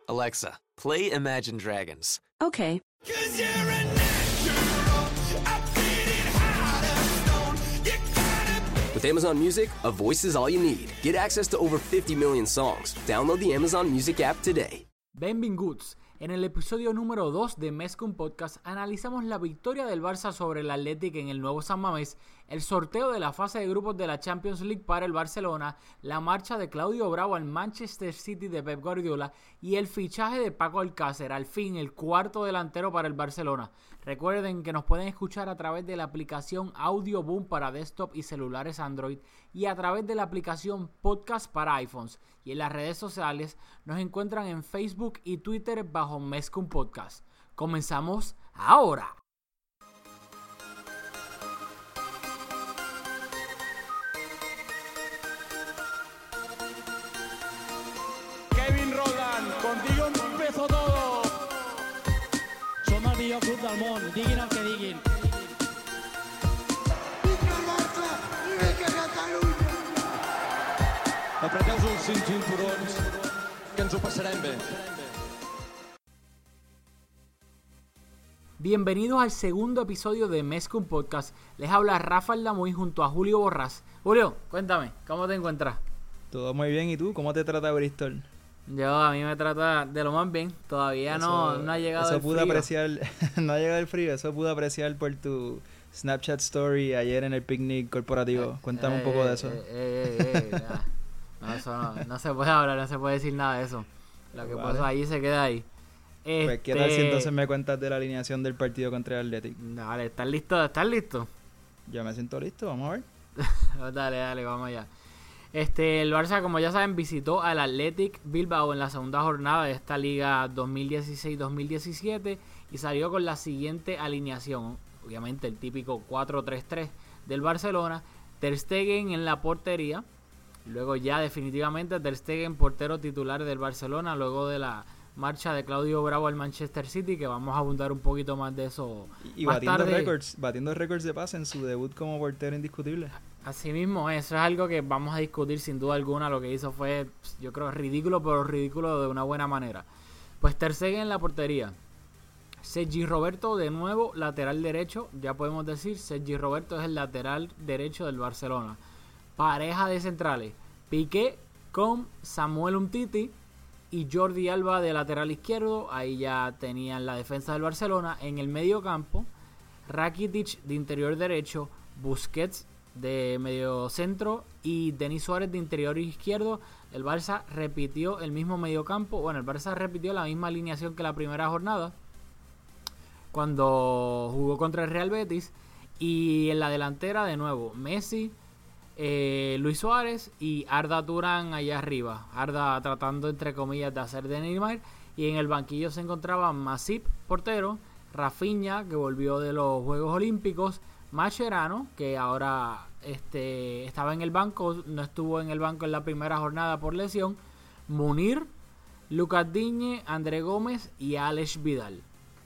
Alexa, play Imagine Dragons. Okay. With Amazon Music, a voice is all you need. Get access to over 50 million songs. Download the Amazon Music app today. Benvinguts. En el episodio número 2 de Mezcum Podcast analizamos la victoria del Barça sobre el Athletic en el nuevo San Mamés, el sorteo de la fase de grupos de la Champions League para el Barcelona, la marcha de Claudio Bravo al Manchester City de Pep Guardiola y el fichaje de Paco Alcácer, al fin el cuarto delantero para el Barcelona. Recuerden que nos pueden escuchar a través de la aplicación Audio Boom para desktop y celulares Android y a través de la aplicación Podcast para iPhones. Y en las redes sociales nos encuentran en Facebook y Twitter bajo Mezcum Podcast. Comenzamos ahora. Kevin Roldán, contigo empezó todo. Som el millor club del món, diguin el que diguin. Apreteu els cinturons, que ens ho passarem bé. Bienvenidos al segundo episodio de Mezcum Podcast. Les habla Rafael Damuy junto a Julio Borrás. Julio, cuéntame, ¿cómo te encuentras? Todo muy bien, ¿y tú? ¿Cómo te trata Bristol? A mí me trata de lo más bien. Todavía no ha llegado el frío. No ha llegado el frío, eso pude apreciar por tu Snapchat Story ayer en el picnic corporativo. Cuéntame un poco de eso. No, eso no se puede hablar, no se puede decir nada de eso. Lo que pasó allí se queda ahí. Pues, ¿qué tal si entonces me cuentas de la alineación del partido contra el Athletic? Dale, ¿estás listo? ¿Estás listo? Yo me siento listo, vamos a ver. Dale, vamos allá. El Barça, como ya saben, visitó al Athletic Bilbao en la segunda jornada de esta liga 2016-2017 y salió con la siguiente alineación. Obviamente el típico 4-3-3 del Barcelona. Ter Stegen en la portería. Luego ya definitivamente Ter Stegen, portero titular del Barcelona, luego de la marcha de Claudio Bravo al Manchester City, que vamos a abundar un poquito más de eso. Y más batiendo récords de pase en su debut como portero indiscutible. Así mismo, eso es algo que vamos a discutir sin duda alguna. Lo que hizo fue, yo creo, ridículo, pero ridículo de una buena manera. Pues Ter Stegen en la portería. Sergi Roberto de nuevo, lateral derecho. Ya podemos decir, Sergi Roberto es el lateral derecho del Barcelona. Pareja de centrales, Piqué con Samuel Umtiti y Jordi Alba de lateral izquierdo. Ahí ya tenían la defensa del Barcelona. En el medio campo, Rakitic de interior derecho, Busquets de medio centro y Denis Suárez de interior izquierdo. El Barça repitió el mismo medio campo. Bueno, el Barça repitió la misma alineación que la primera jornada cuando jugó contra el Real Betis. Y en la delantera de nuevo Messi, Luis Suárez y Arda Turán allá arriba. Arda tratando entre comillas de hacer de Neymar. Y en el banquillo se encontraba Masip, portero, Rafinha, que volvió de los Juegos Olímpicos, Mascherano, que ahora estaba en el banco, no estuvo en el banco en la primera jornada por lesión, Munir, Lucas Digne, André Gómez y Alex Vidal.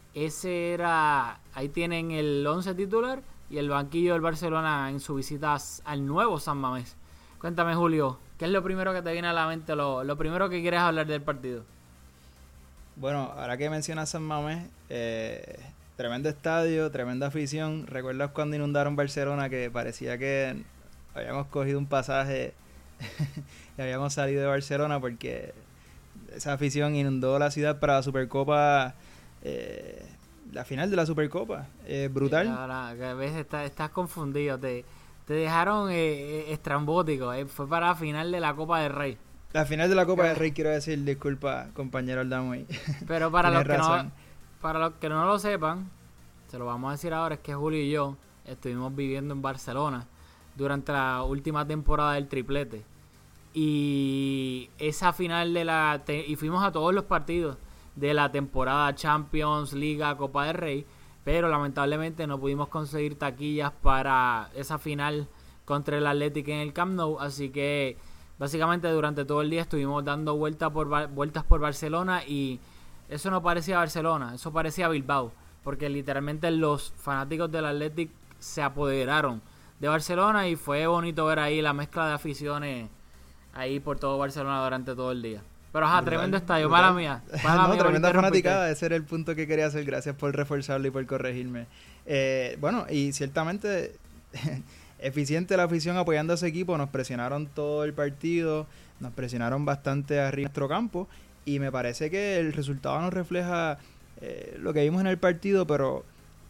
Ahí tienen el 11 titular y el banquillo del Barcelona en su visita al nuevo San Mamés. Cuéntame, Julio, ¿qué es lo primero que te viene a la mente, lo primero que quieres hablar del partido? Bueno, ahora que mencionas San Mamés, tremendo estadio, tremenda afición. ¿Recuerdas cuando inundaron Barcelona que parecía que habíamos cogido un pasaje y habíamos salido de Barcelona porque esa afición inundó la ciudad para la Supercopa, la final de la Supercopa? Brutal. Ahora, que a veces estás confundido, te dejaron estrambótico, fue para la final de la Copa del Rey. La final de la Copa del Rey, quiero decir, disculpa, compañero Aldamuy. Pero para los que no lo sepan, se lo vamos a decir ahora, es que Julio y yo estuvimos viviendo en Barcelona durante la última temporada del triplete. Y esa final y fuimos a todos los partidos de la temporada Champions, Liga, Copa del Rey, pero lamentablemente no pudimos conseguir taquillas para esa final contra el Athletic en el Camp Nou, así que básicamente durante todo el día estuvimos dando vueltas por Barcelona y eso no parecía Barcelona, eso parecía Bilbao, porque literalmente los fanáticos del Athletic se apoderaron de Barcelona y fue bonito ver ahí la mezcla de aficiones ahí por todo Barcelona durante todo el día. Pero ajá, Brutal, tremendo estadio, brutal. mala mía. Mala No, mía por tremenda interrumpirte. fanaticada, ese era el punto que quería hacer. Gracias por reforzarlo y por corregirme. Bueno, y ciertamente eficiente la afición apoyando a ese equipo. Nos presionaron todo el partido, nos presionaron bastante arriba en nuestro campo, y me parece que el resultado nos refleja lo que vimos en el partido, pero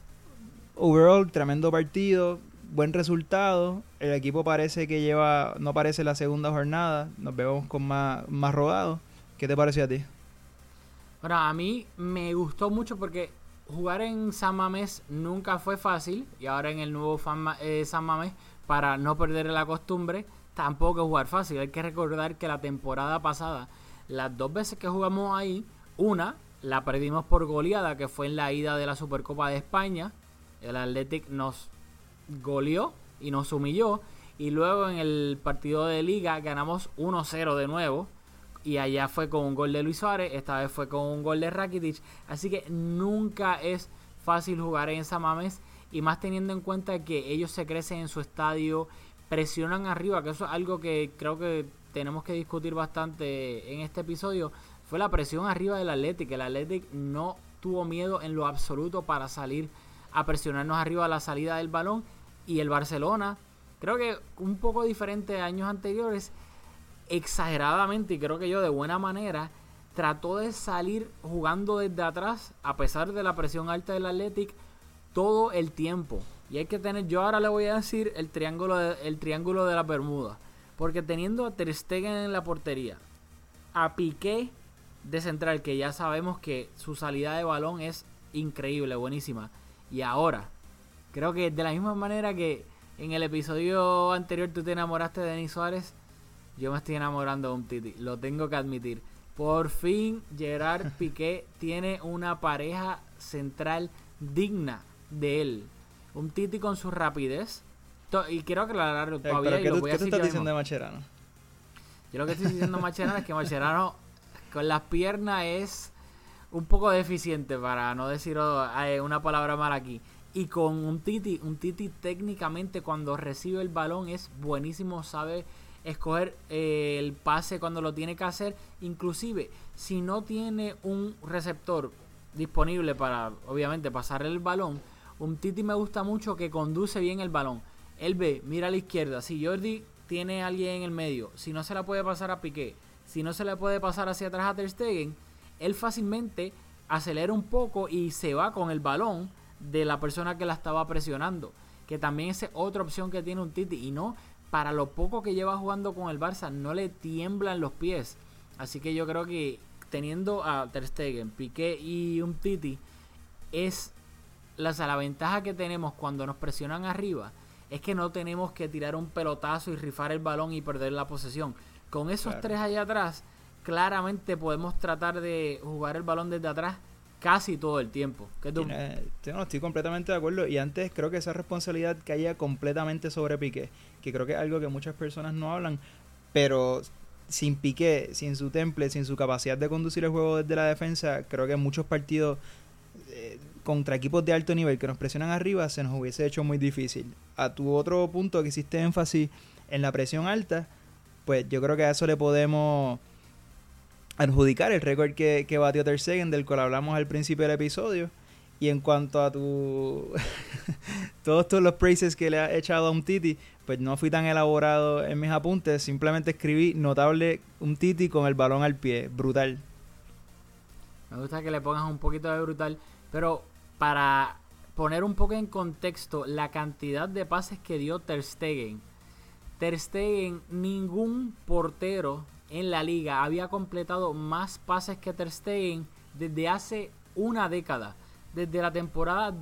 overall, tremendo partido, buen resultado. El equipo parece que no parece la segunda jornada, nos vemos con más rodados. ¿Qué te pareció a ti? Bueno, a mí me gustó mucho porque jugar en San Mamés nunca fue fácil, y ahora en el nuevo San Mamés, para no perder la costumbre, tampoco es jugar fácil. Hay que recordar que la temporada pasada, las 2 veces que jugamos ahí, una la perdimos por goleada, que fue en la ida de la Supercopa de España. El Athletic nos goleó y nos humilló, y luego en el partido de liga ganamos 1-0 de nuevo, y allá fue con un gol de Luis Suárez, esta vez fue con un gol de Rakitic. Así que nunca es fácil jugar en San Mamés, y más teniendo en cuenta que ellos se crecen en su estadio, presionan arriba, que eso es algo que creo que tenemos que discutir bastante en este episodio. Fue la presión arriba del Athletic. El Athletic no tuvo miedo en lo absoluto para salir a presionarnos arriba a la salida del balón, y el Barcelona, creo que un poco diferente de años anteriores, exageradamente, y creo que yo de buena manera, trató de salir jugando desde atrás a pesar de la presión alta del Athletic todo el tiempo. Y hay que tener, yo ahora le voy a decir el triángulo de la Bermuda, porque teniendo a Ter Stegen en la portería, a Piqué de central, que ya sabemos que su salida de balón es increíble, buenísima, y ahora creo que de la misma manera que en el episodio anterior tú te enamoraste de Denis Suárez, yo me estoy enamorando de Umtiti, lo tengo que admitir. Por fin Gerard Piqué tiene una pareja central digna de él. Umtiti con su rapidez, y quiero aclararlo todavía, Pero y lo voy a ¿qué tú decir estás ya diciendo de mismo. Mascherano? Yo lo que estoy diciendo Mascherano es que Mascherano con las piernas es un poco deficiente, para no decir una palabra mal aquí. Y con Umtiti técnicamente cuando recibe el balón es buenísimo, sabe escoger el pase cuando lo tiene que hacer. Inclusive si no tiene un receptor disponible para obviamente pasarle el balón, Umtiti me gusta mucho que conduce bien el balón. Él ve, mira a la izquierda, si Jordi tiene a alguien en el medio, si no se la puede pasar a Piqué, si no se le puede pasar hacia atrás a Ter Stegen, él fácilmente acelera un poco y se va con el balón de la persona que la estaba presionando, que también es otra opción que tiene Umtiti. Y no, para lo poco que lleva jugando con el Barça, no le tiemblan los pies. Así que yo creo que teniendo a Ter Stegen, Piqué y Umtiti, es la ventaja que tenemos cuando nos presionan arriba, es que no tenemos que tirar un pelotazo y rifar el balón y perder la posesión. Con esos tres allá atrás, claramente podemos tratar de jugar el balón desde atrás casi todo el tiempo. No, estoy completamente de acuerdo, y antes creo que esa responsabilidad caía completamente sobre Piqué, que creo que es algo que muchas personas no hablan, pero sin Piqué, sin su temple, sin su capacidad de conducir el juego desde la defensa, creo que en muchos partidos contra equipos de alto nivel que nos presionan arriba se nos hubiese hecho muy difícil. A tu otro punto que hiciste énfasis en la presión alta, pues yo creo que a eso le podemos adjudicar el récord que batió Ter Stegen, del cual hablamos al principio del episodio. Y en cuanto a todos los praises que le ha echado a Umtiti, pues no fui tan elaborado en mis apuntes, simplemente escribí notable Umtiti con el balón al pie, brutal. Me gusta que le pongas un poquito de brutal, pero para poner un poco en contexto la cantidad de pases que dio Ter Stegen, ningún portero en la liga había completado más pases que Ter Stegen desde hace una década, desde la temporada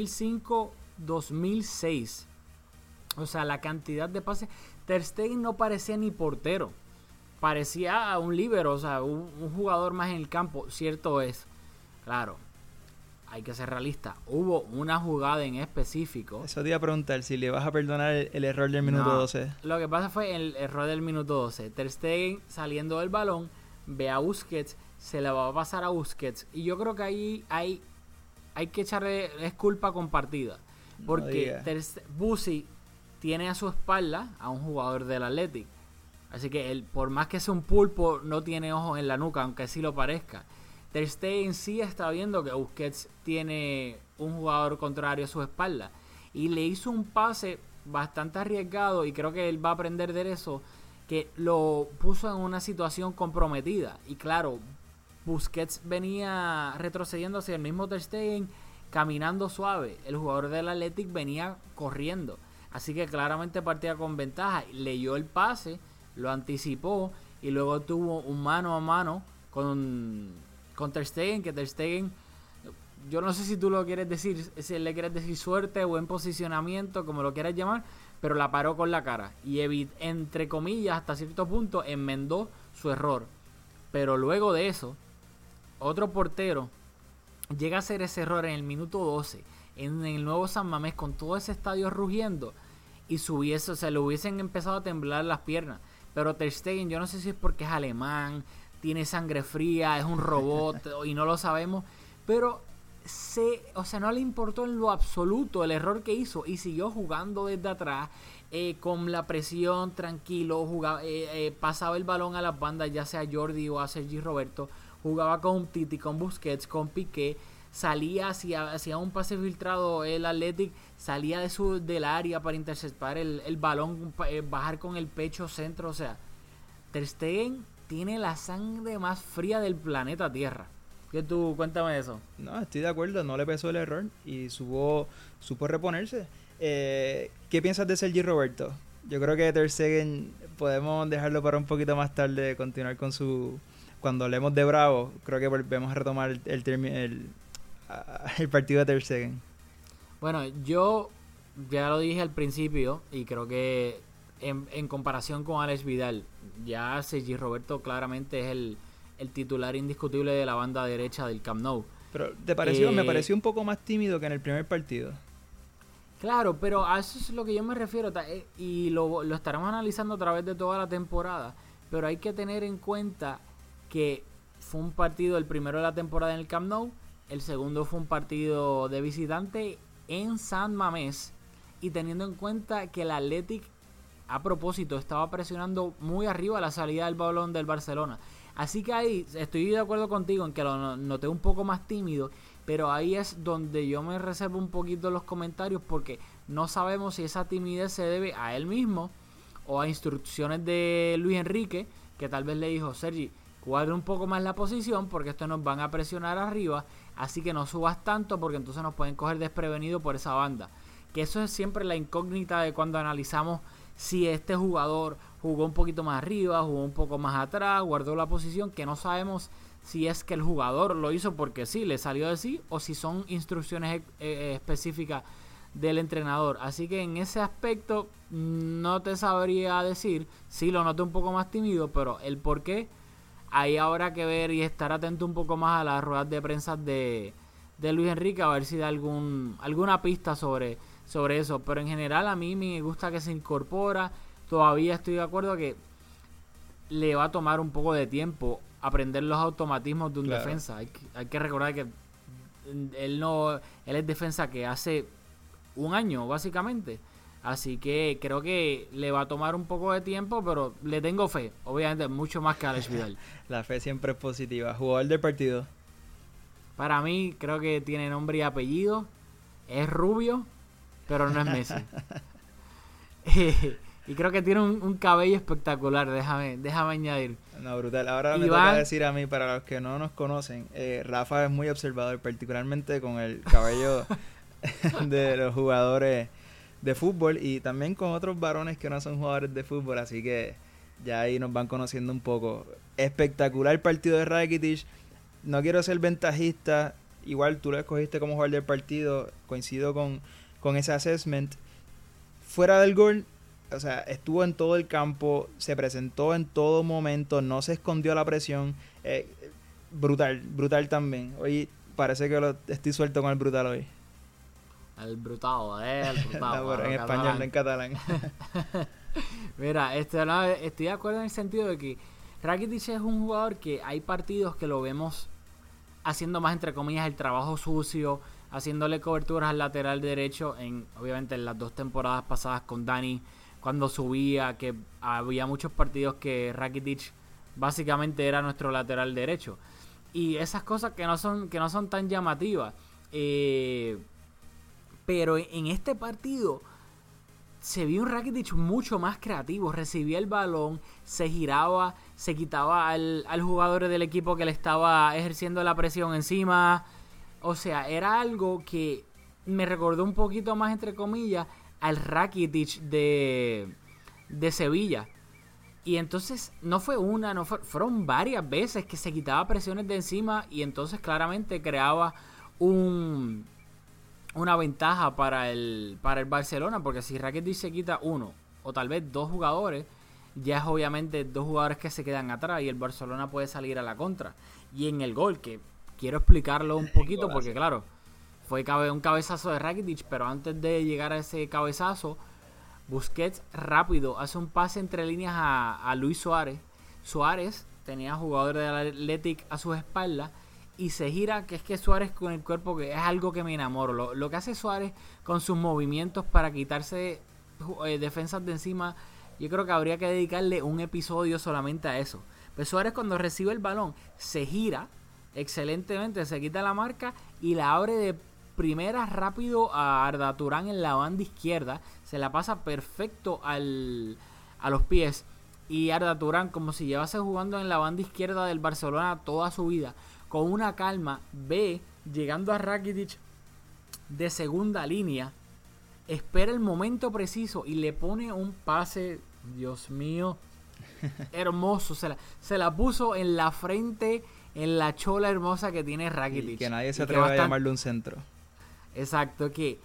2005-2006. O sea, la cantidad de pases. Ter Stegen no parecía ni portero, parecía un líbero, o sea, un jugador más en el campo. Cierto es, claro, hay que ser realista. Hubo una jugada en específico. Eso te iba a preguntar, si le vas a perdonar el error del minuto 12. Lo que pasa fue el error del minuto 12. Ter Stegen saliendo del balón, ve a Busquets, se le va a pasar a Busquets. Y yo creo que ahí hay que echarle, es culpa compartida. Porque Busi tiene a su espalda a un jugador del Athletic. Así que él, por más que sea un pulpo, no tiene ojos en la nuca, aunque sí lo parezca. Ter Stegen sí está viendo que Busquets tiene un jugador contrario a su espalda. Y le hizo un pase bastante arriesgado, y creo que él va a aprender de eso, que lo puso en una situación comprometida. Y claro, Busquets venía retrocediendo hacia el mismo Ter Stegen, caminando suave. El jugador del Athletic venía corriendo. Así que claramente partía con ventaja. Leyó el pase, lo anticipó y luego tuvo un mano a mano con Ter Stegen, que Ter Stegen, yo no sé si tú lo quieres decir, si le quieres decir suerte, buen posicionamiento, como lo quieras llamar, pero la paró con la cara y entre comillas, hasta cierto punto, enmendó su error. Pero luego de eso, otro portero llega a hacer ese error en el minuto 12 en el nuevo San Mamés, con todo ese estadio rugiendo, y le hubiesen empezado a temblar las piernas. Pero Ter Stegen, yo no sé si es porque es alemán, tiene sangre fría, es un robot y no lo sabemos, pero no le importó en lo absoluto el error que hizo y siguió jugando desde atrás, con la presión, tranquilo, pasaba el balón a las bandas, ya sea a Jordi o a Sergi Roberto, jugaba con Titi, con Busquets, con Piqué, salía hacia un pase filtrado, el Athletic salía del área para interceptar el balón, bajar con el pecho centro. O sea, Ter Stegen tiene la sangre más fría del planeta Tierra. ¿Qué tú? Cuéntame eso. No, estoy de acuerdo, no le pesó el error y supo reponerse. ¿Qué piensas de Sergi Roberto? Yo creo que Ter Stegen podemos dejarlo para un poquito más tarde, continuar con cuando hablemos de Bravo. Creo que volvemos a retomar el partido de Ter Stegen. Bueno, yo ya lo dije al principio y creo que en comparación con Alex Vidal, ya Sergi Roberto claramente es el titular indiscutible de la banda derecha del Camp Nou. Pero ¿te pareció? Me pareció un poco más tímido que en el primer partido. Claro, pero a eso es lo que yo me refiero, y lo estaremos analizando a través de toda la temporada, pero hay que tener en cuenta que fue un partido, el primero de la temporada en el Camp Nou, el segundo fue un partido de visitante en San Mamés, y teniendo en cuenta que el Athletic, a propósito, estaba presionando muy arriba la salida del balón del Barcelona. Así que ahí estoy de acuerdo contigo en que lo noté un poco más tímido, pero ahí es donde yo me reservo un poquito los comentarios, porque no sabemos si esa timidez se debe a él mismo o a instrucciones de Luis Enrique, que tal vez le dijo: Sergi, cuadre un poco más la posición porque esto nos van a presionar arriba, así que no subas tanto porque entonces nos pueden coger desprevenido por esa banda. Que eso es siempre la incógnita de cuando analizamos si este jugador jugó un poquito más arriba, jugó un poco más atrás, guardó la posición, que no sabemos si es que el jugador lo hizo porque sí, le salió de sí, o si son instrucciones específicas del entrenador. Así que en ese aspecto no te sabría decir. Sí lo noté un poco más tímido, pero el por qué, ahí habrá que ver y estar atento un poco más a las ruedas de prensa de Luis Enrique, a ver si da alguna pista sobre eso. Pero en general a mí me gusta que se incorpora. Todavía estoy de acuerdo que le va a tomar un poco de tiempo aprender los automatismos de un defensa. Hay que recordar que él es defensa que hace un año básicamente, así que creo que le va a tomar un poco de tiempo, pero le tengo fe, obviamente mucho más que a Alex Vidal. La fe siempre es positiva. Jugador del partido, para mí creo que tiene nombre y apellido, es rubio, pero no es Messi. Y creo que tiene un cabello espectacular, déjame añadir. No, brutal. Ahora me toca decir a mí, para los que no nos conocen, Rafa es muy observador, particularmente con el cabello de los jugadores de fútbol y también con otros varones que no son jugadores de fútbol, así que ya ahí nos van conociendo un poco. Espectacular partido de Rakitic. No quiero ser ventajista, igual tú lo escogiste como jugador del partido, coincido con ese assessment. Fuera del gol, o sea, estuvo en todo el campo, se presentó en todo momento, no se escondió a la presión. Brutal también. Hoy parece que estoy suelto con el brutal hoy. El brutado, el brutado. No, en español, no en catalán. Mira, estoy de acuerdo en el sentido de que Rakitic es un jugador que hay partidos que lo vemos haciendo más, entre comillas, el trabajo sucio, haciéndole coberturas al lateral derecho, obviamente en las 2 temporadas pasadas con Dani, cuando subía, que había muchos partidos que Rakitic básicamente era nuestro lateral derecho. Y esas cosas que no son tan llamativas. Pero en este partido se vio un Rakitic mucho más creativo. Recibía el balón, se giraba, se quitaba al jugador del equipo que le estaba ejerciendo la presión encima. O sea, era algo que me recordó un poquito más, entre comillas, al Rakitic de Sevilla. Y entonces no fue una, fueron varias veces que se quitaba presiones de encima y entonces claramente creaba una ventaja para el Barcelona, porque si Rakitic se quita uno o tal vez dos jugadores, ya es obviamente dos jugadores que se quedan atrás y el Barcelona puede salir a la contra. Y en el gol, que quiero explicarlo un poquito porque claro, fue un cabezazo de Rakitic, pero antes de llegar a ese cabezazo, Busquets rápido hace un pase entre líneas a Luis Suárez. Suárez tenía jugador del Athletic a sus espaldas y se gira, que es que Suárez con el cuerpo, que es algo que me enamoro. Lo que hace Suárez con sus movimientos para quitarse defensas de encima, yo creo que habría que dedicarle un episodio solamente a eso. Pues Suárez, cuando recibe el balón, se gira excelentemente, se quita la marca y la abre de primera rápido a Arda Turán en la banda izquierda, se la pasa perfecto a los pies, y Arda Turán, como si llevase jugando en la banda izquierda del Barcelona toda su vida, con una calma, ve llegando a Rakitic de segunda línea, espera el momento preciso y le pone un pase, Dios mío, hermoso, se la puso en la frente, en la chola hermosa que tiene Rakitic. Y que nadie se atreve a llamarle un centro. Exacto, que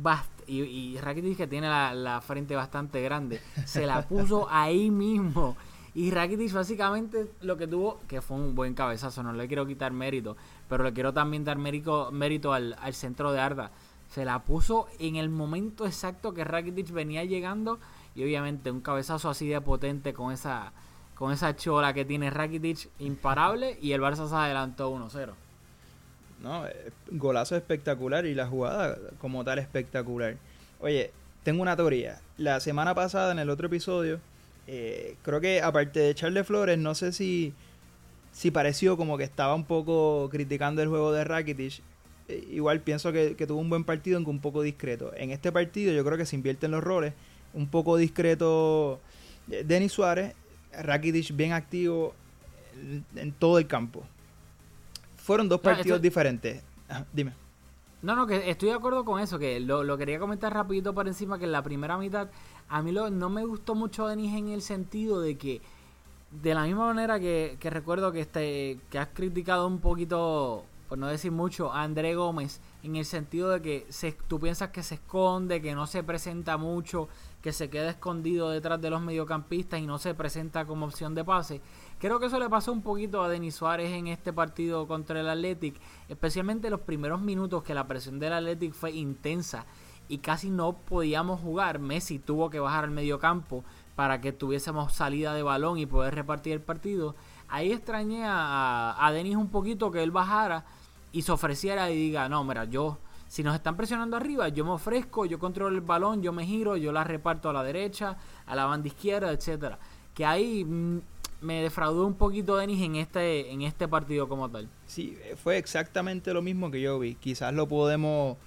y Rakitic, que tiene la frente bastante grande, se la puso ahí mismo. Y Rakitic básicamente lo que tuvo, que fue un buen cabezazo, no le quiero quitar mérito, pero le quiero también dar mérito al centro de Arda. Se la puso en el momento exacto que Rakitic venía llegando, y obviamente un cabezazo así de potente con esa chola que tiene Rakitic, imparable, y el Barça se adelantó 1-0. No, golazo espectacular y la jugada como tal espectacular. Oye, tengo una teoría. La semana pasada, en el otro episodio, creo que aparte de echarle flores, no sé si pareció como que estaba un poco criticando el juego de Rakitic. Igual pienso que tuvo un buen partido, aunque un poco discreto. En este partido yo creo que se invierten los roles. Un poco discreto Denis Suárez, Rakitic bien activo en todo el campo. Fueron dos partidos diferentes. Dime. No, que estoy de acuerdo con eso, que lo quería comentar rapidito por encima, que en la primera mitad a mí no me gustó mucho Denis, en el sentido de que, de la misma manera que recuerdo que has criticado un poquito, por no decir mucho, a André Gómez, en el sentido de que tú piensas que se esconde, que no se presenta mucho, que se queda escondido detrás de los mediocampistas y no se presenta como opción de pase. Creo que eso le pasó un poquito a Denis Suárez en este partido contra el Athletic, especialmente los primeros minutos, que la presión del Athletic fue intensa y casi no podíamos jugar. Messi tuvo que bajar al mediocampo para que tuviésemos salida de balón y poder repartir el partido. Ahí extrañé a Denis un poquito, que él bajara y se ofreciera y diga, no, mira, si nos están presionando arriba, yo me ofrezco, yo controlo el balón, yo me giro, yo la reparto a la derecha, a la banda izquierda, etcétera. Que ahí me defraudó un poquito Denis en este partido como tal. Sí, fue exactamente lo mismo que yo vi. Quizás lo podemos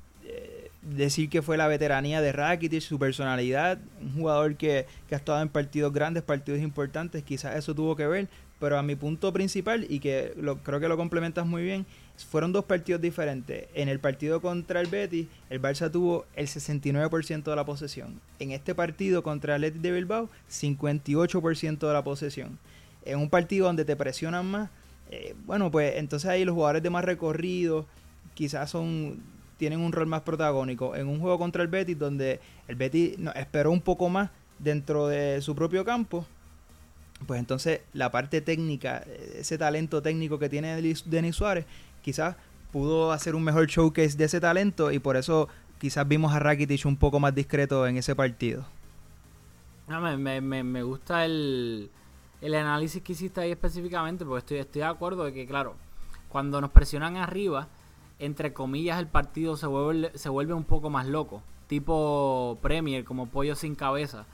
decir que fue la veteranía de Rakitic, su personalidad, un jugador que ha estado en partidos grandes, partidos importantes, quizás eso tuvo que ver, pero a mi punto principal, y que creo que lo complementas muy bien, fueron dos partidos diferentes. En el partido contra el Betis, el Barça tuvo el 69% de la posesión. En este partido contra el Athletic de Bilbao, 58% de la posesión. En un partido donde te presionan más, bueno, pues entonces ahí los jugadores de más recorrido quizás tienen un rol más protagónico. En un juego contra el Betis, donde el Betis esperó un poco más dentro de su propio campo, pues entonces la parte técnica, ese talento técnico que tiene Denis Suárez, quizás pudo hacer un mejor showcase de ese talento, y por eso quizás vimos a Rakitic un poco más discreto en ese partido. No, me gusta el análisis que hiciste ahí específicamente, porque estoy de acuerdo de que, claro, cuando nos presionan arriba, entre comillas, el partido se vuelve un poco más loco, tipo Premier, como pollo sin cabeza,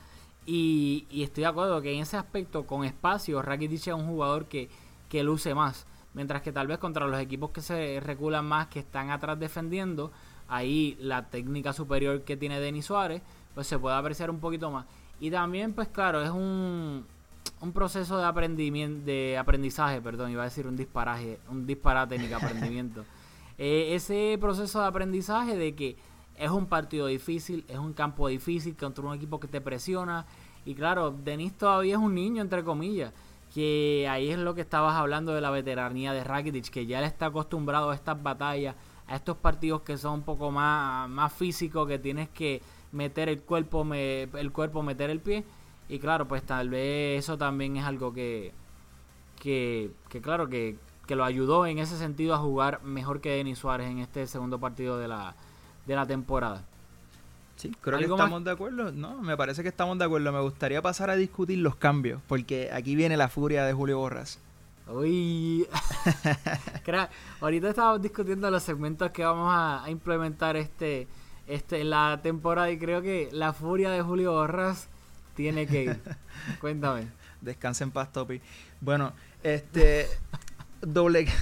Y estoy de acuerdo que en ese aspecto, con espacio, Rakitic es un jugador que luce más. Mientras que tal vez contra los equipos que se reculan más, que están atrás defendiendo, ahí la técnica superior que tiene Denis Suárez, pues se puede apreciar un poquito más. Y también, pues claro, es un proceso de aprendizaje, perdón, iba a decir un disparate ni que aprendimiento. Ese proceso de aprendizaje de que es un partido difícil, es un campo difícil contra un equipo que te presiona. Y claro, Denis todavía es un niño, entre comillas, que ahí es lo que estabas hablando de la veteranía de Rakitic, que ya él está acostumbrado a estas batallas, a estos partidos que son un poco más físicos, que tienes que meter el cuerpo, meter el pie. Y claro, pues tal vez eso también es algo que claro, que lo ayudó en ese sentido a jugar mejor que Denis Suárez en este segundo partido de la temporada. Sí, creo que estamos de acuerdo. No, me parece que estamos de acuerdo. Me gustaría pasar a discutir los cambios, porque aquí viene la furia de Julio Borras. Uy, ahorita estábamos discutiendo los segmentos que vamos a implementar en la temporada, y creo que la furia de Julio Borras tiene que ir. Cuéntame. Descansa en paz, Topi. Bueno, doble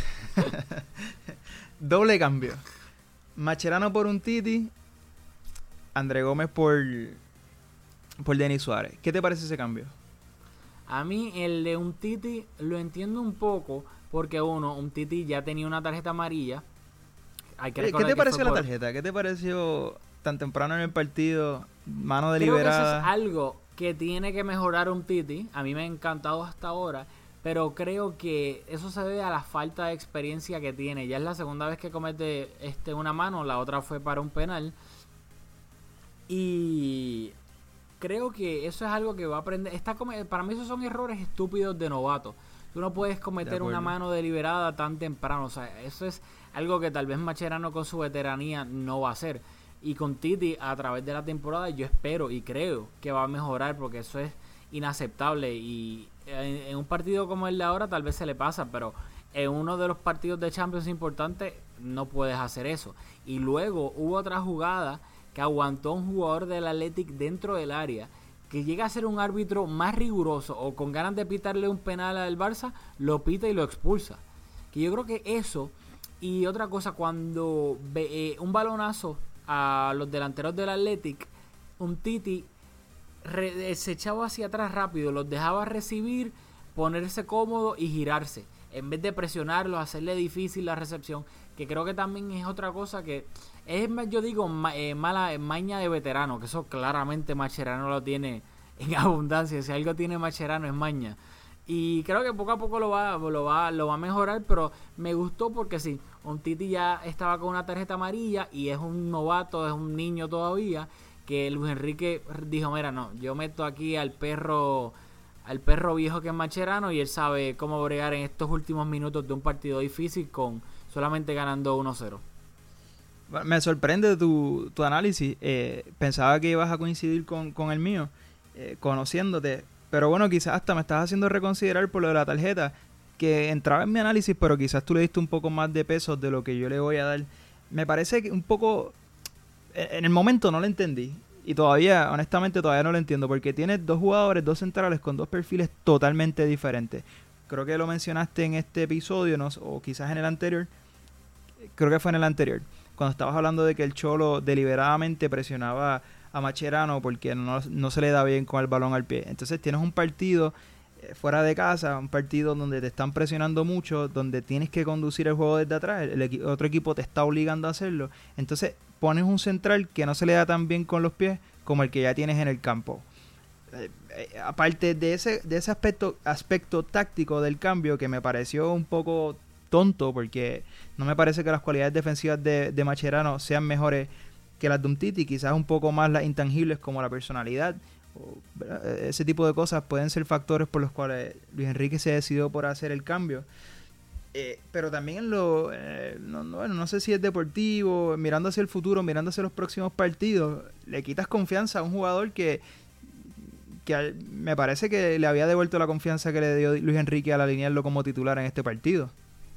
cambio. Mascherano por Umtiti, André Gómez por Denis Suárez. ¿Qué te parece ese cambio? A mí el de Umtiti lo entiendo un poco, porque Umtiti ya tenía una tarjeta amarilla. ¿Qué te pareció la tarjeta? ¿Qué te pareció tan temprano en el partido? Mano deliberada. Creo que eso es algo que tiene que mejorar Umtiti. A mí me ha encantado hasta ahora, pero creo que eso se debe a la falta de experiencia que tiene. Ya es la segunda vez que comete una mano, la otra fue para un penal. Y creo que eso es algo que va a aprender. Para mí esos son errores estúpidos de novato. Tú no puedes cometer una mano deliberada tan temprano. O sea, eso es algo que tal vez Mascherano con su veteranía no va a hacer. Y con Titi, a través de la temporada, yo espero y creo que va a mejorar, porque eso es inaceptable. Y en un partido como el de ahora tal vez se le pasa, pero en uno de los partidos de Champions importantes no puedes hacer eso. Y luego hubo otra jugada que aguantó un jugador del Athletic dentro del área, que llega a ser un árbitro más riguroso o con ganas de pitarle un penal al Barça, lo pita y lo expulsa. Que yo creo que eso, y otra cosa, cuando un balonazo a los delanteros del Athletic, Umtiti se echaba hacia atrás rápido, los dejaba recibir, ponerse cómodo y girarse, en vez de presionarlos, hacerle difícil la recepción, que creo que también es otra cosa que es, yo digo, maña de veterano, que eso claramente Mascherano lo tiene en abundancia. Si algo tiene Mascherano es maña. Y creo que poco a poco lo va a mejorar, pero me gustó porque sí, Umtiti ya estaba con una tarjeta amarilla y es un novato, es un niño todavía, que Luis Enrique dijo, mira, no, yo meto aquí al perro viejo que es Mascherano, y él sabe cómo bregar en estos últimos minutos de un partido difícil con solamente ganando 1-0. Me sorprende tu análisis. Pensaba que ibas a coincidir con el mío, conociéndote. Pero bueno, quizás hasta me estás haciendo reconsiderar por lo de la tarjeta, que entraba en mi análisis, pero quizás tú le diste un poco más de peso de lo que yo le voy a dar. Me parece que un poco... En el momento no lo entendí. Y todavía, honestamente, todavía no lo entiendo. Porque tienes dos jugadores, dos centrales con dos perfiles totalmente diferentes. Creo que lo mencionaste en este episodio, ¿no? O quizás en el anterior. Creo que fue en el anterior. Cuando estabas hablando de que el Cholo deliberadamente presionaba a Mascherano porque no se le da bien con el balón al pie. Entonces tienes un partido fuera de casa, un partido donde te están presionando mucho, donde tienes que conducir el juego desde atrás, otro equipo te está obligando a hacerlo. Entonces pones un central que no se le da tan bien con los pies como el que ya tienes en el campo. Aparte de ese aspecto táctico del cambio, que me pareció un poco tonto, porque no me parece que las cualidades defensivas de Mascherano sean mejores que las de Umtiti, quizás un poco más las intangibles como la personalidad, ese tipo de cosas pueden ser factores por los cuales Luis Enrique se decidió por hacer el cambio. Pero también no sé si es deportivo, mirando hacia el futuro, mirando hacia los próximos partidos, le quitas confianza a un jugador que me parece que le había devuelto la confianza que le dio Luis Enrique al alinearlo como titular en este partido.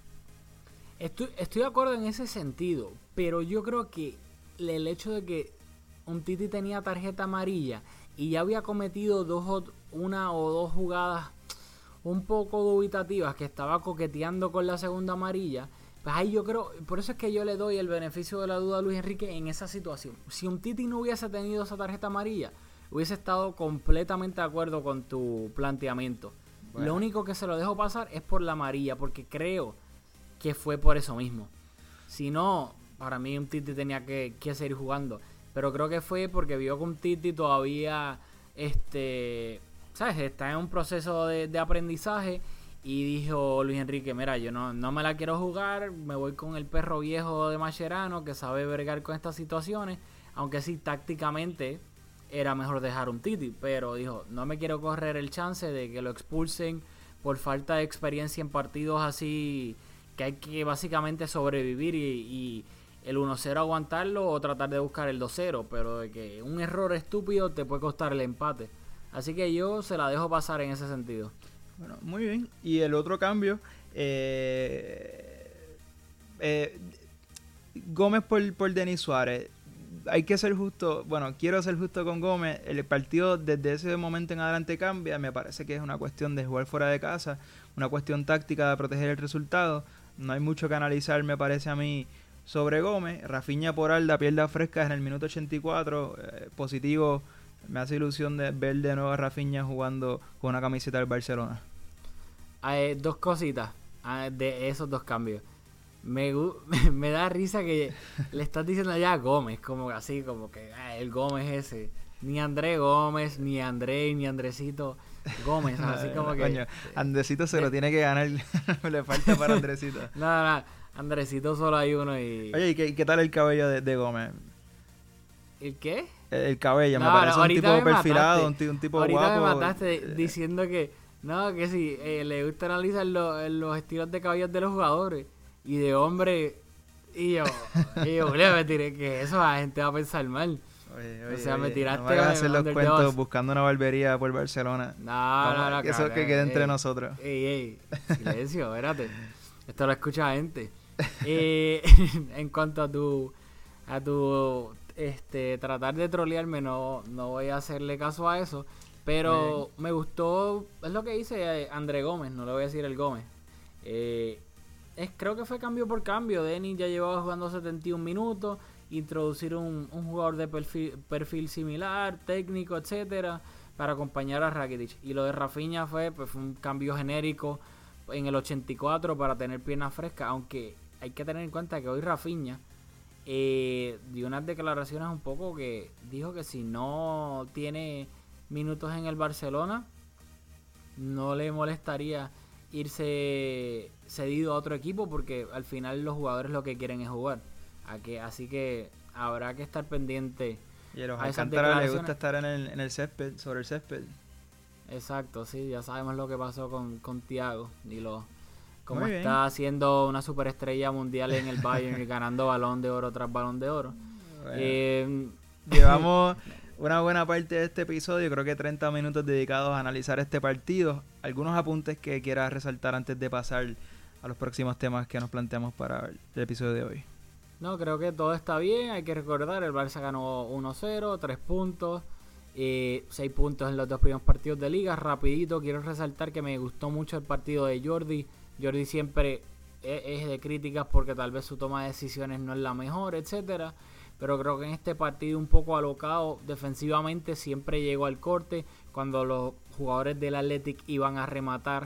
Estoy de acuerdo en ese sentido, pero yo creo que el hecho de que Umtiti tenía tarjeta amarilla y ya había cometido una o dos jugadas un poco dubitativas, que estaba coqueteando con la segunda amarilla, pues ahí yo creo, por eso es que yo le doy el beneficio de la duda a Luis Enrique en esa situación. Si Umtiti no hubiese tenido esa tarjeta amarilla, hubiese estado completamente de acuerdo con tu planteamiento. Bueno. Lo único que se lo dejo pasar es por la amarilla, porque creo que fue por eso mismo. Si no, para mí Umtiti tenía que seguir jugando, pero creo que fue porque vio que Umtiti todavía ¿sabes? Está en un proceso de aprendizaje, y dijo Luis Enrique, mira, yo no me la quiero jugar, me voy con el perro viejo de Mascherano que sabe bregar con estas situaciones, aunque sí tácticamente era mejor dejar Umtiti, pero dijo, no me quiero correr el chance de que lo expulsen por falta de experiencia en partidos así, que hay que básicamente sobrevivir y el 1-0 aguantarlo o tratar de buscar el 2-0, pero de que un error estúpido te puede costar el empate. Así que yo se la dejo pasar en ese sentido. Bueno, muy bien. Y el otro cambio, Gómez por Denis Suárez. Hay que ser justo, bueno, quiero ser justo con Gómez. El partido desde ese momento en adelante cambia. Me parece que es una cuestión de jugar fuera de casa, una cuestión táctica de proteger el resultado. No hay mucho que analizar, me parece a mí, sobre Gómez. Rafinha por Arda, pierda fresca en el minuto 84, positivo. Me hace ilusión de ver de nuevo a Rafinha jugando con una camiseta del Barcelona. Dos cositas de esos dos cambios. Me da risa que le estás diciendo ya a Gómez, como así, como que el Gómez ese. Ni André Gómez, ni André, ni Andresito Gómez. Así como que... Coño, Andresito se lo tiene que ganar. Le falta para Andresito. No, Andresito solo hay uno y... Oye, ¿y qué tal el cabello de Gómez? ¿El qué? El cabello, me parece un tipo perfilado, un tipo ahorita guapo. Ahorita me mataste diciendo que sí, le gusta analizar los estilos de cabello de los jugadores y de hombre. Y yo me tiré que eso la gente va a pensar mal. Oye, o sea, me tiraste. No me hagas hacer los cuentos buscando una barbería por Barcelona. No, eso que quede entre nosotros. Ey, silencio, espérate. Esto lo escucha gente. En cuanto a tu tratar de trolearme, no voy a hacerle caso a eso, pero me gustó, es lo que dice André Gómez, no le voy a decir el Gómez. Creo que fue cambio por cambio. Denis ya llevaba jugando 71 minutos, introducir un jugador de perfil similar, técnico, etcétera, para acompañar a Rakitic. Y lo de Rafinha fue un cambio genérico en el 84 para tener piernas frescas, aunque hay que tener en cuenta que hoy Rafinha dio unas declaraciones un poco que dijo que si no tiene minutos en el Barcelona no le molestaría irse cedido a otro equipo, porque al final los jugadores lo que quieren es jugar. Así que habrá que estar pendiente. Y a los Alcántara les gusta estar en el césped, sobre el césped. Exacto, sí, ya sabemos lo que pasó con Thiago y como está siendo una superestrella mundial en el Bayern y ganando balón de oro tras balón de oro. Bueno, llevamos una buena parte de este episodio, creo que 30 minutos dedicados a analizar este partido. ¿Algunos apuntes que quieras resaltar antes de pasar a los próximos temas que nos planteamos para el episodio de hoy? No, creo que todo está bien. Hay que recordar, el Barça ganó 1-0, 3 puntos, 6 puntos en los dos primeros partidos de liga. Rapidito, quiero resaltar que me gustó mucho el partido de Jordi. Jordi siempre es de críticas porque tal vez su toma de decisiones no es la mejor, etcétera. Pero creo que en este partido un poco alocado defensivamente siempre llegó al corte. Cuando los jugadores del Athletic iban a rematar,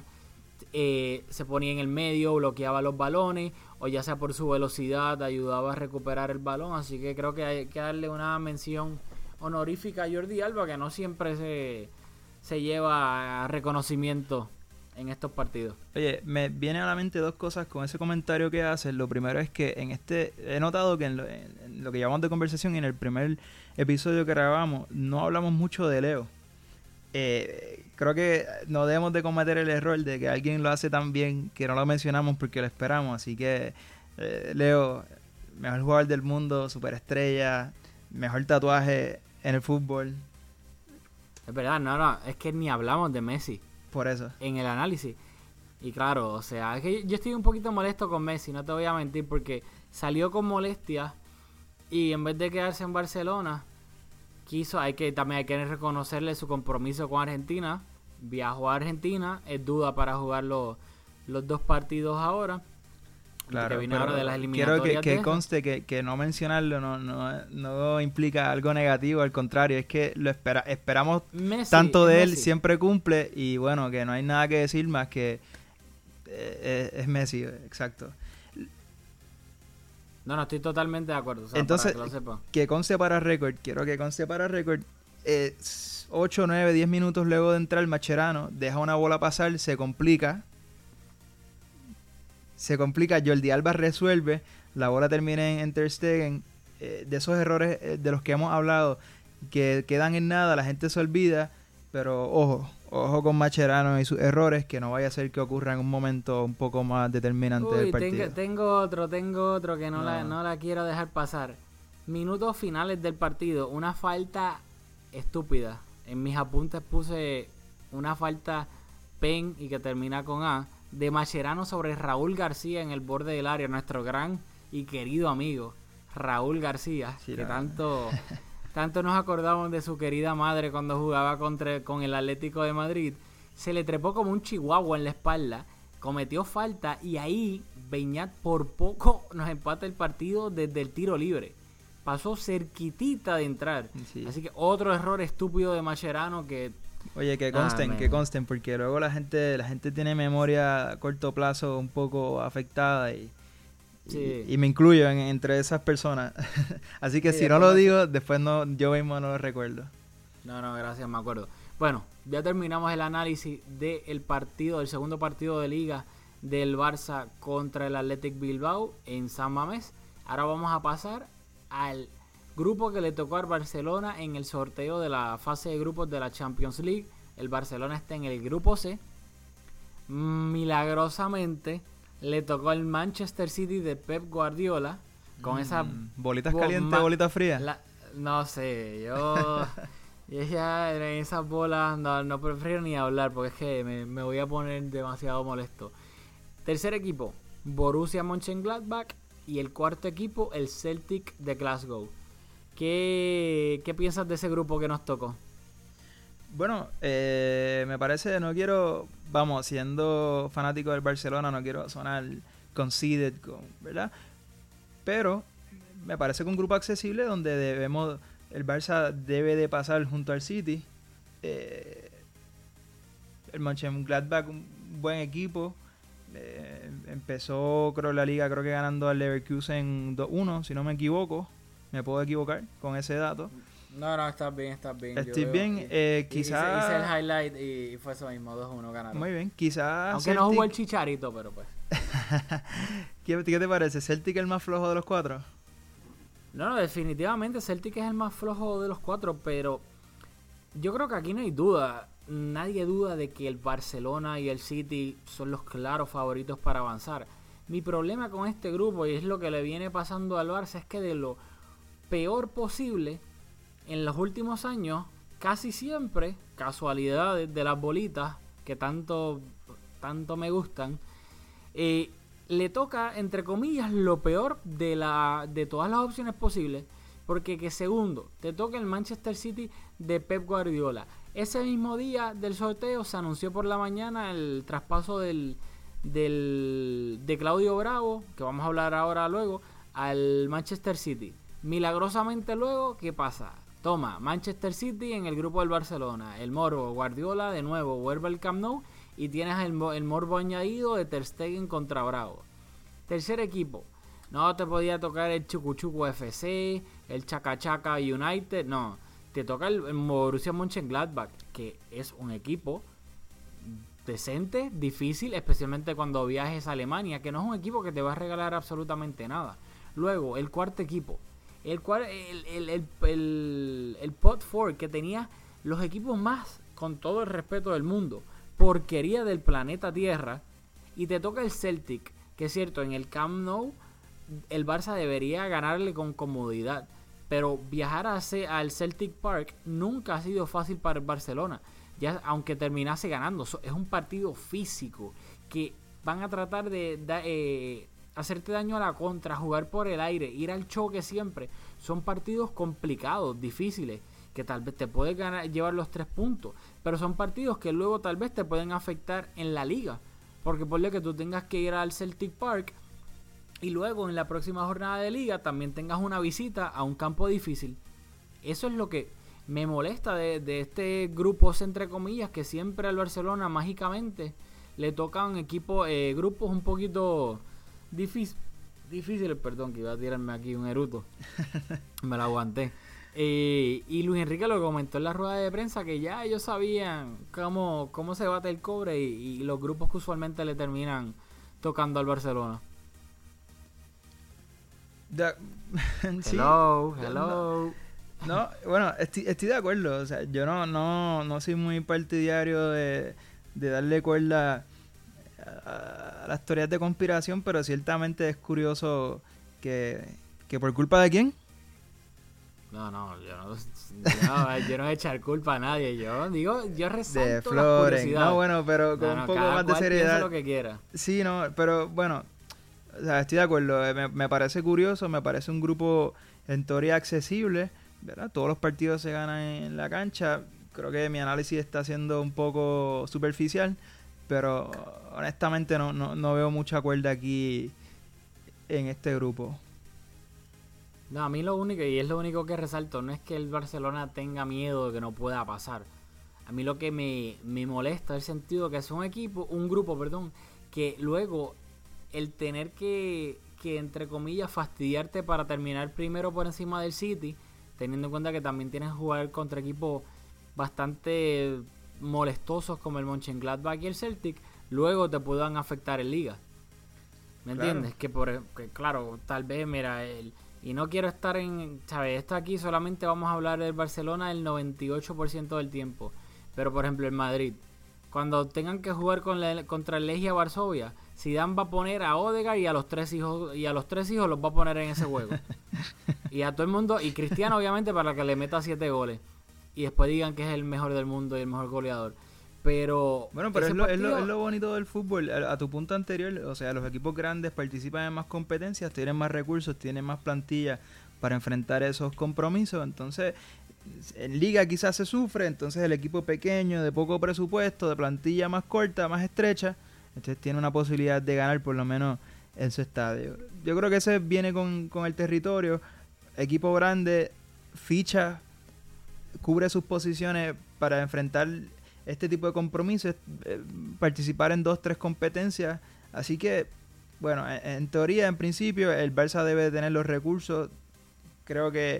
se ponía en el medio, bloqueaba los balones, o ya sea por su velocidad ayudaba a recuperar el balón. Así que creo que hay que darle una mención honorífica a Jordi Alba, que no siempre se lleva reconocimiento en estos partidos. Oye, me vienen a la mente dos cosas con ese comentario que haces. Lo primero es que he notado que en lo que llamamos de conversación y en el primer episodio que grabamos no hablamos mucho de Leo. Creo que no debemos de cometer el error de que alguien lo hace tan bien que no lo mencionamos porque lo esperamos. Así que Leo, mejor jugador del mundo, superestrella, mejor tatuaje en el fútbol. Es verdad, no, es que ni hablamos de Messi. Por eso. En el análisis. Y claro, o sea, es que yo estoy un poquito molesto con Messi, no te voy a mentir, porque salió con molestias y en vez de quedarse en Barcelona, también hay que reconocerle su compromiso con Argentina. Viajó a Argentina, es duda para jugar los 2 partidos ahora. Claro, que viene ahora de las quiero eliminatorias que de conste que no mencionarlo no implica algo negativo, al contrario, es que esperamos Messi, tanto de él, Messi. siempre cumple, y bueno, que no hay nada que decir más que es Messi, exacto. No, estoy totalmente de acuerdo. O sea, Entonces, para que lo sepa. que conste para récord, quiero que conste para récord, 8, 9, 10 minutos luego de entrar Mascherano, deja una bola pasar, se complica, Jordi Alba resuelve, la bola termina en Ter Stegen, de esos errores de los que hemos hablado, que quedan en nada, la gente se olvida, pero ojo con Mascherano y sus errores, que no vaya a ser que ocurra en un momento un poco más determinante del partido. Tengo otro que no la quiero dejar pasar. Minutos finales del partido, una falta estúpida. En mis apuntes puse una falta pen y que termina con A, de Mascherano sobre Raúl García en el borde del área, nuestro gran y querido amigo Raúl García, Sí, que la- tanto nos acordamos de su querida madre cuando jugaba con el Atlético de Madrid. Se le trepó como un chihuahua en la espalda, cometió falta y ahí Beñat por poco nos empata el partido desde el tiro libre. Pasó cerquitita de entrar. Sí. Así que otro error estúpido de Mascherano que... Oye, que consten, porque luego la gente tiene memoria a corto plazo un poco afectada y me incluyo entre esas personas. Así que Sí, si no lo digo, después yo mismo no lo recuerdo. No, gracias, me acuerdo. Bueno, ya terminamos el análisis del segundo partido de liga del Barça contra el Athletic Bilbao en San Mamés. Ahora vamos a pasar al grupo que le tocó al Barcelona en el sorteo de la fase de grupos de la Champions League. El Barcelona está en el grupo C. Milagrosamente le tocó al Manchester City de Pep Guardiola con esa Bolitas bo- calientes, ma- bolitas frías. no sé, yo ya en esas bolas no prefiero ni hablar porque es que me voy a poner demasiado molesto. Tercer equipo, Borussia Mönchengladbach, y el cuarto equipo, el Celtic de Glasgow. ¿Qué piensas de ese grupo que nos tocó? Bueno, me parece, siendo fanático del Barcelona, no quiero sonar conceited, ¿verdad? Pero me parece que un grupo accesible donde el Barça debe de pasar junto al City. El Mönchengladbach, un buen equipo. Empezó, la liga que ganando al Leverkusen 2-1, si no me equivoco. Me puedo equivocar con ese dato. No, estás bien. Estoy bien, quizás... Hice el highlight y fue eso mismo, 2-1 ganaron. Muy bien, quizás... Aunque no jugó el Chicharito, pero pues... ¿Qué te parece? ¿Celtic el más flojo de los 4? No, definitivamente Celtic es el más flojo de los 4, pero yo creo que aquí no hay duda. Nadie duda de que el Barcelona y el City son los claros favoritos para avanzar. Mi problema con este grupo, y es lo que le viene pasando al Barça, es que de lo peor posible, en los últimos años, casi siempre, casualidades de las bolitas, que tanto me gustan, le toca, entre comillas, lo peor de todas las opciones posibles, porque que segundo, te toca el Manchester City de Pep Guardiola. Ese mismo día del sorteo se anunció por la mañana el traspaso de Claudio Bravo, que vamos a hablar ahora luego, al Manchester City. Milagrosamente luego, ¿qué pasa? Toma, Manchester City en el grupo del Barcelona, el morbo, Guardiola de nuevo vuelve al Camp Nou y tienes el morbo añadido de Ter Stegen contra Bravo. Tercer equipo, no te podía tocar el Chucuchuco FC, el Chacachaca United, no, te toca el Borussia Mönchengladbach, que es un equipo decente, difícil, especialmente cuando viajes a Alemania, que no es un equipo que te va a regalar absolutamente nada. Luego, el cuarto equipo, el Pot 4, que tenía los equipos más, con todo el respeto del mundo, porquería del planeta Tierra, y te toca el Celtic, que es cierto, en el Camp Nou el Barça debería ganarle con comodidad, pero viajar al Celtic Park nunca ha sido fácil para el Barcelona, ya aunque terminase ganando. Es un partido físico que van a tratar de hacerte daño a la contra, jugar por el aire, ir al choque siempre. Son partidos complicados, difíciles, que tal vez te puedes llevar los 3 puntos, pero son partidos que luego tal vez te pueden afectar en la liga, porque por lo que tú tengas que ir al Celtic Park y luego en la próxima jornada de liga también tengas una visita a un campo difícil. Eso es lo que me molesta de este grupo, entre comillas, que siempre al Barcelona mágicamente le tocan grupos un poquito difíciles, perdón, que iba a tirarme aquí un eruto, me lo aguanté. Y Luis Enrique lo comentó en la rueda de prensa, que ya ellos sabían cómo se bate el cobre y los grupos que usualmente le terminan tocando al Barcelona. Sí. Hello. No, bueno, estoy de acuerdo. O sea, yo no soy muy partidario de darle cuerda a las teorías de conspiración, pero ciertamente es curioso que por culpa de quién. No, yo no voy a echar culpa a nadie. Yo resalto De las Florent. curiosidades. No, bueno, pero con un poco cada más de cual seriedad. piensa lo que quiera. Sí, no, pero bueno, o sea, estoy de acuerdo. Me parece curioso, me parece un grupo en teoría accesible, ¿verdad? Todos los partidos se ganan en la cancha. Creo que mi análisis está siendo un poco superficial, pero honestamente no veo mucha cuerda aquí en este grupo. No, a mí lo único, y es lo único que resalto, no es que el Barcelona tenga miedo de que no pueda pasar. A mí lo que me molesta es el sentido que es un grupo, que luego el tener que entre comillas fastidiarte para terminar primero por encima del City, teniendo en cuenta que también tienes que jugar contra equipos bastante molestosos como el Mönchengladbach y el Celtic, luego te puedan afectar en liga. ¿Me entiendes? Que claro, tal vez, mira, y no quiero estar ¿sabes? Esto aquí solamente vamos a hablar del Barcelona el 98% del tiempo. Pero, por ejemplo, el Madrid, cuando tengan que jugar contra el Legia Varsovia, Zidane va a poner a Odegaard y a los tres hijos los va a poner en ese juego. Y a todo el mundo, y Cristiano obviamente para que le meta 7 goles. Y después digan que es el mejor del mundo y el mejor goleador. Pero bueno, pero es lo bonito del fútbol. A tu punto anterior, o sea, los equipos grandes participan en más competencias, tienen más recursos, tienen más plantilla para enfrentar esos compromisos. Entonces, en liga quizás se sufre, entonces el equipo pequeño, de poco presupuesto, de plantilla más corta, más estrecha, entonces tiene una posibilidad de ganar por lo menos en su estadio. Yo creo que ese viene con el territorio. Equipo grande, ficha, cubre sus posiciones para enfrentar este tipo de compromisos, participar en 2-3 competencias. Así que, bueno, en teoría, en principio, el Barça debe tener los recursos. Creo que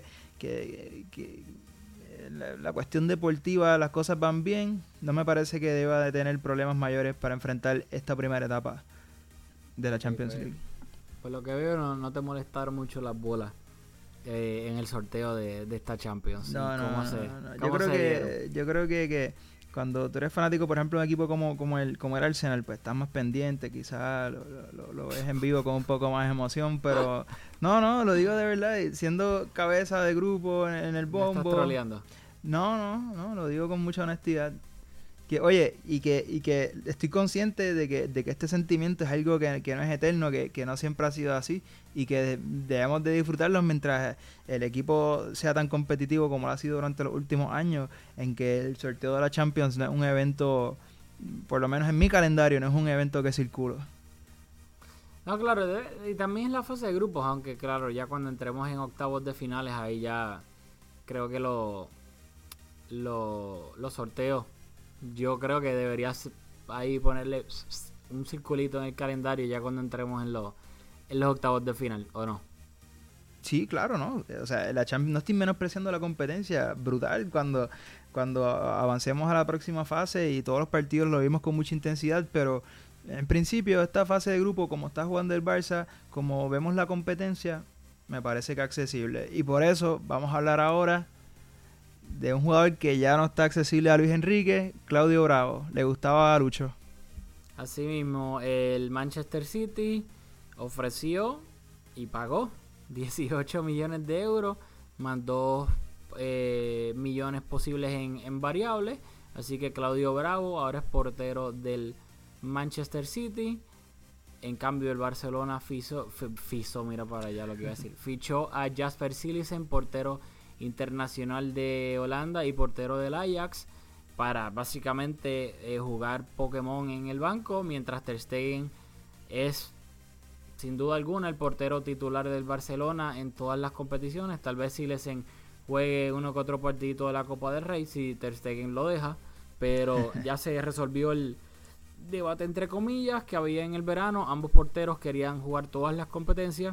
la cuestión deportiva, las cosas van bien. No me parece que deba de tener problemas mayores para enfrentar esta primera etapa de la Champions League. Por lo que veo, no te molestaron mucho las bolas en el sorteo de esta Champions. No. Yo creo que cuando tú eres fanático, por ejemplo, de un equipo como el Arsenal, pues estás más pendiente, quizás lo ves en vivo con un poco más de emoción, pero no, lo digo de verdad, siendo cabeza de grupo en el bombo. ¿Me estás troleando? No, lo digo con mucha honestidad. Que oye, y que estoy consciente de que este sentimiento es algo que no es eterno, que no siempre ha sido así, y que debemos de disfrutarlo mientras el equipo sea tan competitivo como lo ha sido durante los últimos años, en que el sorteo de la Champions no es un evento, por lo menos en mi calendario, no es un evento que circulo. No, claro, y también es la fase de grupos, aunque claro, ya cuando entremos en octavos de finales, ahí ya creo que los sorteos, yo creo que deberías ahí ponerle un circulito en el calendario ya cuando entremos en los octavos de final, ¿o no? Sí, claro, ¿no? O sea, la Champions, no estoy menospreciando la competencia, brutal cuando avancemos a la próxima fase y todos los partidos lo vimos con mucha intensidad, pero en principio esta fase de grupo, como está jugando el Barça, como vemos la competencia, me parece que es accesible. Y por eso vamos a hablar ahora de un jugador que ya no está accesible a Luis Enrique, Claudio Bravo. Le gustaba a Lucho. Asimismo, el Manchester City ofreció y pagó 18 millones de euros, más 2 millones posibles en variables. Así que Claudio Bravo ahora es portero del Manchester City. En cambio, el Barcelona fichó a Jasper Cillesen, portero internacional de Holanda y portero del Ajax, para básicamente jugar Pokémon en el banco, mientras Ter Stegen es sin duda alguna el portero titular del Barcelona en todas las competiciones. Tal vez Silesen juegue uno que otro partidito de la Copa del Rey si Ter Stegen lo deja, pero ya se resolvió el debate entre comillas que había en el verano. Ambos porteros querían jugar todas las competencias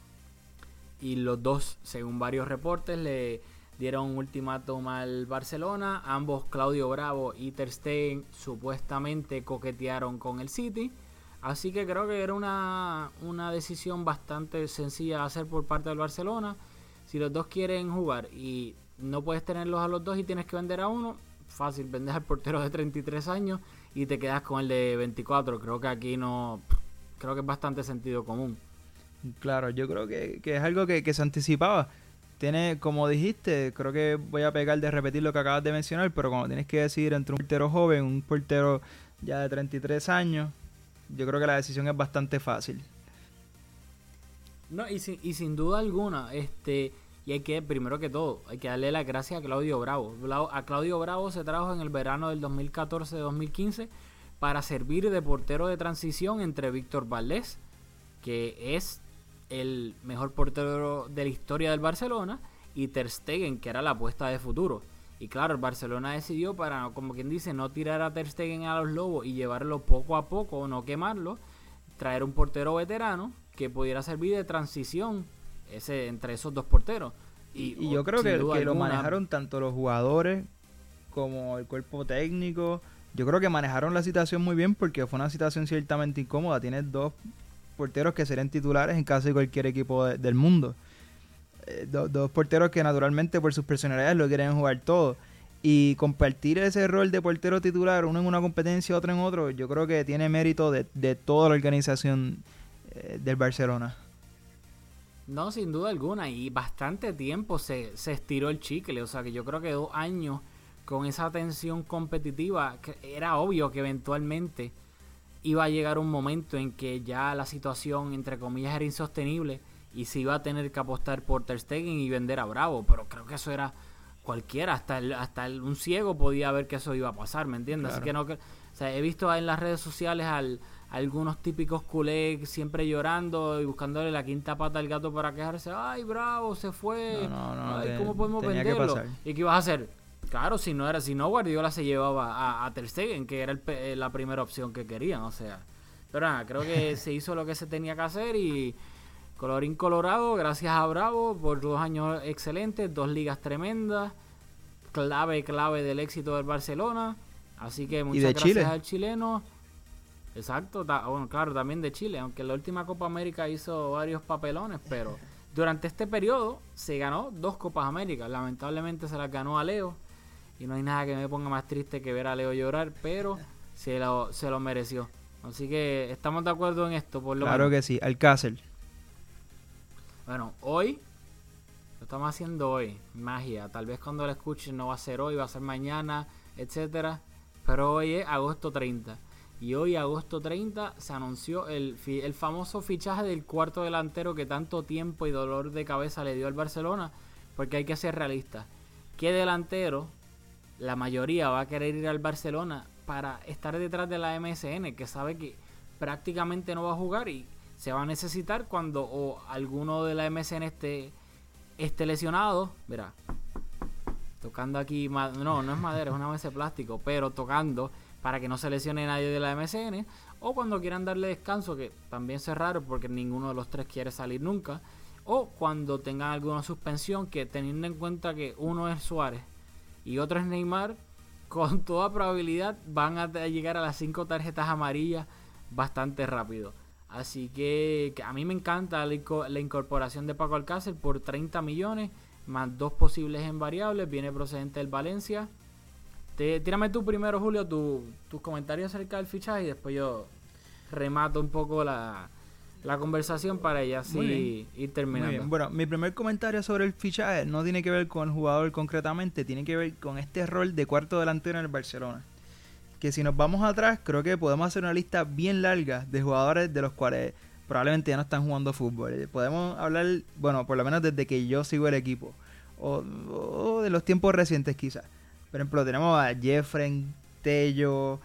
y los dos, según varios reportes, le dieron un ultimátum al Barcelona. Ambos, Claudio Bravo y Ter Stegen, supuestamente coquetearon con el City. Así que creo que era una decisión bastante sencilla de hacer por parte del Barcelona. Si los dos quieren jugar y no puedes tenerlos a los dos y tienes que vender a uno, fácil, vendes al portero de 33 años y te quedas con el de 24. Creo que aquí no... Creo que es bastante sentido común. Claro, yo creo que es algo que se anticipaba. Tiene, como dijiste, creo que voy a pegar de repetir lo que acabas de mencionar, pero cuando tienes que decidir entre un portero joven, un portero ya de 33 años, yo creo que la decisión es bastante fácil. No, y sin duda alguna, y hay que, primero que todo, hay que darle las gracias a Claudio Bravo. A Claudio Bravo se trajo en el verano del 2014-2015 para servir de portero de transición entre Víctor Valdés, que es el mejor portero de la historia del Barcelona, y Ter Stegen, que era la apuesta de futuro. Y claro, el Barcelona decidió, para, como quien dice, no tirar a Ter Stegen a los lobos y llevarlo poco a poco, no quemarlo, traer un portero veterano que pudiera servir de transición entre esos dos porteros. Y yo creo que lo manejaron tanto los jugadores como el cuerpo técnico. Yo creo que manejaron la situación muy bien, porque fue una situación ciertamente incómoda. Tienes dos porteros que serían titulares en casi cualquier equipo del mundo. Dos porteros que naturalmente por sus personalidades lo quieren jugar todo. Y compartir ese rol de portero titular, uno en una competencia, otro en otro, yo creo que tiene mérito de toda la organización del Barcelona. No, sin duda alguna, y bastante tiempo se estiró el chicle. O sea, que yo creo que 2 años con esa tensión competitiva, que era obvio que eventualmente iba a llegar un momento en que ya la situación, entre comillas, era insostenible y se iba a tener que apostar por Ter Stegen y vender a Bravo. Pero creo que eso era cualquiera, hasta un ciego podía ver que eso iba a pasar, ¿me entiendes? Claro. Así que no, o sea, he visto en las redes sociales algunos típicos culés siempre llorando y buscándole la quinta pata al gato para quejarse. Ay, Bravo se fue. Ay, ¿cómo podemos venderlo? ¿Y qué ibas a hacer? Claro, si no Guardiola se llevaba a Ter Stegen, que era la primera opción que querían, o sea. Pero nada, creo que se hizo lo que se tenía que hacer y colorín colorado, gracias a Bravo por 2 años excelentes, 2 ligas tremendas, clave del éxito del Barcelona. Así que muchas gracias Chile. Al chileno. Exacto, bueno, claro, también de Chile, aunque en la última Copa América hizo varios papelones, pero durante este periodo se ganó 2 Copas Américas. Lamentablemente se las ganó a Leo y no hay nada que me ponga más triste que ver a Leo llorar, pero se lo mereció. Así que estamos de acuerdo en esto, por lo menos. Claro que sí, Alcácer. Bueno, hoy, lo estamos haciendo hoy, magia. Tal vez cuando lo escuchen no va a ser hoy, va a ser mañana, etcétera. Pero hoy es agosto 30. Y hoy, agosto 30, se anunció el famoso fichaje del cuarto delantero que tanto tiempo y dolor de cabeza le dio al Barcelona. Porque hay que ser realistas. ¿Qué delantero, la mayoría, va a querer ir al Barcelona para estar detrás de la MSN? Que sabe que prácticamente no va a jugar y se va a necesitar cuando alguno de la MSN esté lesionado. Verá, tocando aquí, no es madera, es una mesa de plástico, pero tocando para que no se lesione nadie de la MSN, o cuando quieran darle descanso, que también es raro porque ninguno de los 3 quiere salir nunca, o cuando tengan alguna suspensión, que teniendo en cuenta que uno es Suárez y otro es Neymar, con toda probabilidad van a llegar a las 5 tarjetas amarillas bastante rápido. Así que a mí me encanta la incorporación de Paco Alcácer por 30 millones, más 2 posibles en variables, viene procedente del Valencia. Tírame tú primero, Julio, tus comentarios acerca del fichaje y después yo remato un poco la conversación para ya así ir terminando. Muy bien. Bueno, mi primer comentario sobre el fichaje no tiene que ver con el jugador concretamente, tiene que ver con este rol de cuarto delantero en el Barcelona. Que si nos vamos atrás, creo que podemos hacer una lista bien larga de jugadores de los cuales probablemente ya no están jugando fútbol. Podemos hablar, bueno, por lo menos desde que yo sigo el equipo. o de los tiempos recientes quizás. Por ejemplo, tenemos a Jeffrey, Tello,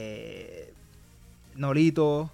Nolito,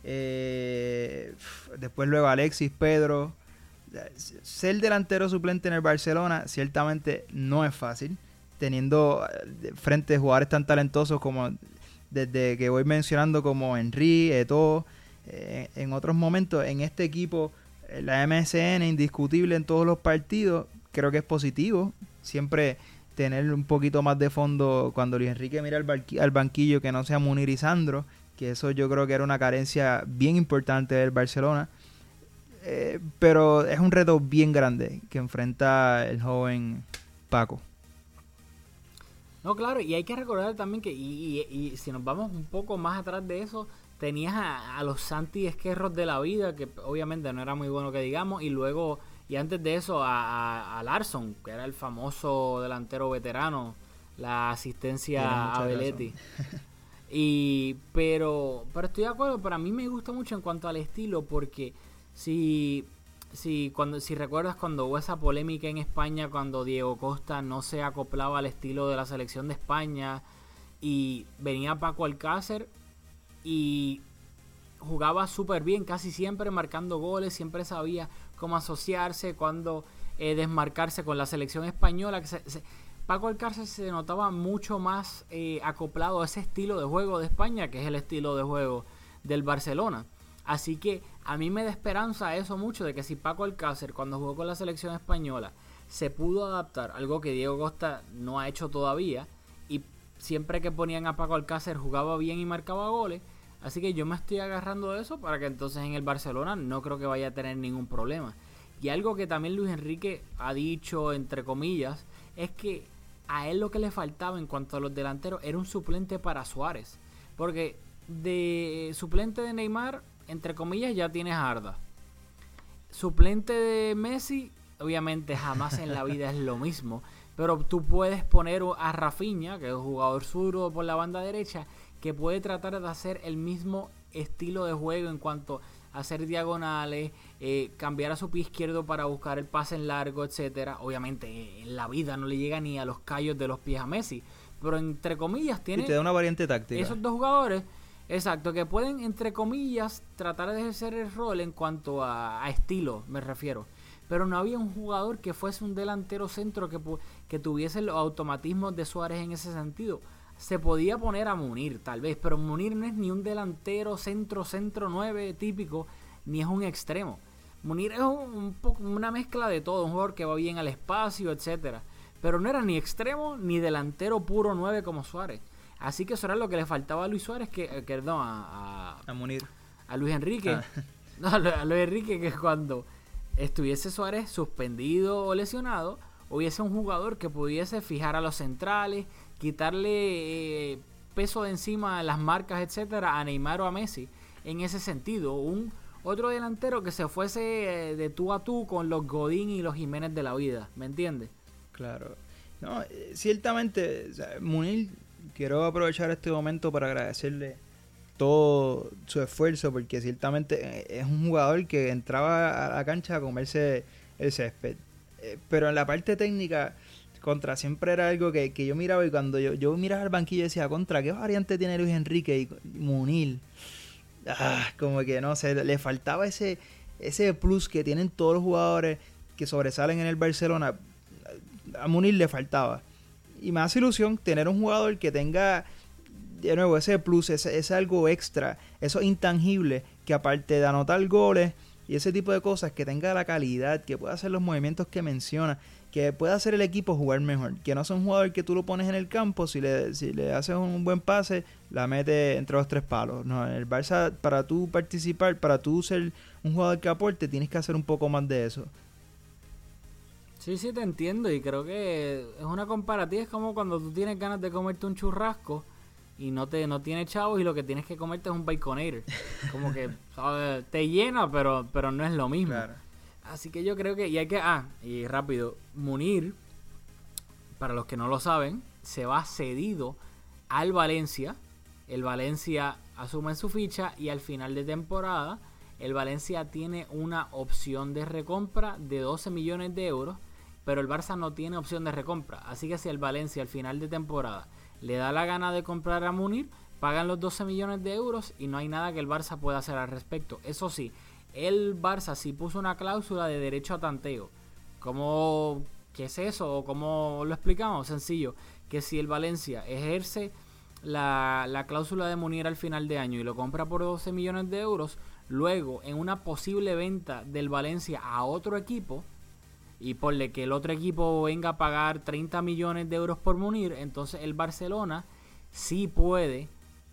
después luego Alexis, Pedro. Ser delantero suplente en el Barcelona ciertamente no es fácil, teniendo frente a jugadores tan talentosos como desde que voy mencionando como Henry, Eto'o, en otros momentos. En este equipo la MSN indiscutible en todos los partidos, creo que es positivo siempre tener un poquito más de fondo cuando Luis Enrique mira al banquillo, que no sea Munir y Sandro, que eso yo creo que era una carencia bien importante del Barcelona. Pero es un reto bien grande que enfrenta el joven Paco. No, claro, y hay que recordar también que, y si nos vamos un poco más atrás de eso, tenías a los Santi Esquerros de la vida, que obviamente no era muy bueno que digamos, y luego, y antes de eso, a Larsson, que era el famoso delantero veterano, la asistencia a Belletti. Pero estoy de acuerdo, para mí me gusta mucho en cuanto al estilo, porque si recuerdas cuando hubo esa polémica en España cuando Diego Costa no se acoplaba al estilo de la selección de España y venía Paco Alcácer y jugaba súper bien, casi siempre marcando goles, siempre sabía cómo asociarse, cuándo desmarcarse con la selección española. Paco Alcácer se notaba mucho más acoplado a ese estilo de juego de España, que es el estilo de juego del Barcelona. Así que a mí me da esperanza eso mucho, de que si Paco Alcácer cuando jugó con la selección española se pudo adaptar, algo que Diego Costa no ha hecho todavía, y siempre que ponían a Paco Alcácer jugaba bien y marcaba goles, así que yo me estoy agarrando de eso para que entonces en el Barcelona no creo que vaya a tener ningún problema. Y algo que también Luis Enrique ha dicho, entre comillas, es que a él lo que le faltaba en cuanto a los delanteros era un suplente para Suárez, porque de suplente de Neymar, entre comillas, ya tienes a Arda. Suplente de Messi, obviamente jamás en la vida es lo mismo, pero tú puedes poner a Rafinha, que es un jugador zurdo por la banda derecha, que puede tratar de hacer el mismo estilo de juego en cuanto a hacer diagonales, cambiar a su pie izquierdo para buscar el pase en largo, etcétera. Obviamente en la vida no le llega ni a los callos de los pies a Messi, pero entre comillas tiene, y te da una variante táctica. Esos dos jugadores, exacto, que pueden, entre comillas, tratar de ejercer el rol en cuanto a estilo, me refiero. Pero no había un jugador que fuese un delantero centro que tuviese los automatismos de Suárez en ese sentido. Se podía poner a Munir, tal vez, pero Munir no es ni un delantero centro 9 típico, ni es un extremo. Munir es un poco una mezcla de todo, un jugador que va bien al espacio, etcétera. Pero no era ni extremo ni delantero puro 9 como Suárez. Así que eso era lo que le faltaba a Luis Suárez, a Munir. A Luis Enrique. No, a Luis Enrique, que cuando estuviese Suárez suspendido o lesionado, hubiese un jugador que pudiese fijar a los centrales, quitarle peso de encima a las marcas, etcétera, a Neymar o a Messi. En ese sentido, otro delantero que se fuese de tú a tú con los Godín y los Jiménez de la vida, ¿me entiendes? Claro. No, ciertamente, o sea, Munir, quiero aprovechar este momento para agradecerle todo su esfuerzo, porque ciertamente es un jugador que entraba a la cancha a comerse el césped. Pero en la parte técnica, siempre era algo que yo miraba, y cuando yo miraba al banquillo decía, ¿qué variante tiene Luis Enrique y Munir? Como que no sé, le faltaba ese plus que tienen todos los jugadores que sobresalen en el Barcelona. A Munir le faltaba. Y me hace ilusión tener un jugador que tenga, de nuevo, ese plus, ese algo extra, eso intangible, que aparte de anotar goles y ese tipo de cosas, que tenga la calidad, que pueda hacer los movimientos que menciona, que pueda hacer el equipo jugar mejor, que no sea un jugador que tú lo pones en el campo, si le haces un buen pase, la mete entre los tres palos. No, en el Barça, para tú participar, para tú ser un jugador que aporte, tienes que hacer un poco más de eso. Sí, te entiendo, y creo que es una comparativa, es como cuando tú tienes ganas de comerte un churrasco y no tienes chavos y lo que tienes que comerte es un Baconator. Como que, ¿sabes? Te llena, pero no es lo mismo. Claro. Así que yo creo que, y rápido, Munir, para los que no lo saben, se va cedido al Valencia. El Valencia asume su ficha y al final de temporada el Valencia tiene una opción de recompra de 12 millones de euros pero el Barça no tiene opción de recompra. Así que si el Valencia al final de temporada le da la gana de comprar a Munir, pagan los 12 millones de euros y no hay nada que el Barça pueda hacer al respecto. Eso sí, el Barça sí puso una cláusula de derecho a tanteo. ¿Qué es eso? ¿O cómo lo explicamos? Sencillo, que si el Valencia ejerce la cláusula de Munir al final de año y lo compra por 12 millones de euros, luego en una posible venta del Valencia a otro equipo, y ponle que el otro equipo venga a pagar 30 millones de euros por Munir, entonces el Barcelona sí puede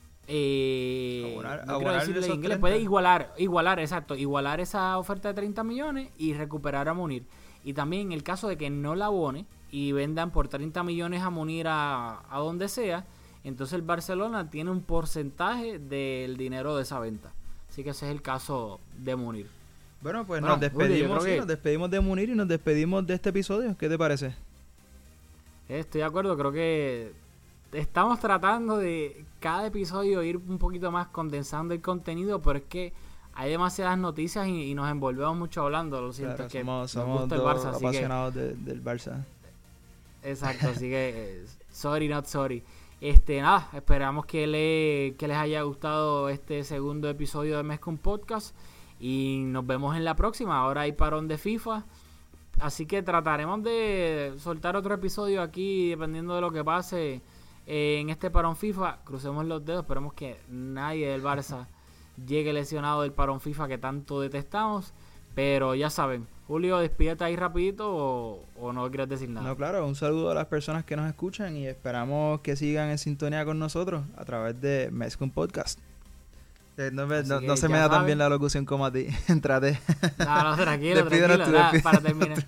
puede igualar esa oferta de 30 millones y recuperar a Munir. Y también en el caso de que no la abone y vendan por 30 millones a Munir a donde sea, entonces el Barcelona tiene un porcentaje del dinero de esa venta. Así que ese es el caso de Munir. Bueno, pues nos despedimos, nos despedimos de Munir y nos despedimos de este episodio. ¿Qué te parece? Estoy de acuerdo, creo que estamos tratando de cada episodio ir un poquito más condensando el contenido, pero es que hay demasiadas noticias y nos envolvemos mucho hablando. Lo siento, claro, que somos el Barça, apasionados del Barça. Exacto, así que sorry not sorry. Nada, esperamos que les haya gustado este segundo episodio de Mezcum Podcast y nos vemos en la próxima. Ahora hay parón de FIFA, así que trataremos de soltar otro episodio aquí dependiendo de lo que pase en este parón FIFA. Crucemos los dedos, esperemos que nadie del Barça llegue lesionado del parón FIFA que tanto detestamos, pero ya saben. Julio, despídete ahí rapidito o no quieres decir nada. No, claro, un saludo a las personas que nos escuchan y esperamos que sigan en sintonía con nosotros a través de Mezcum Podcast. No se me da tan bien la locución como a ti. Entrate. No, tranquilo. Para terminar.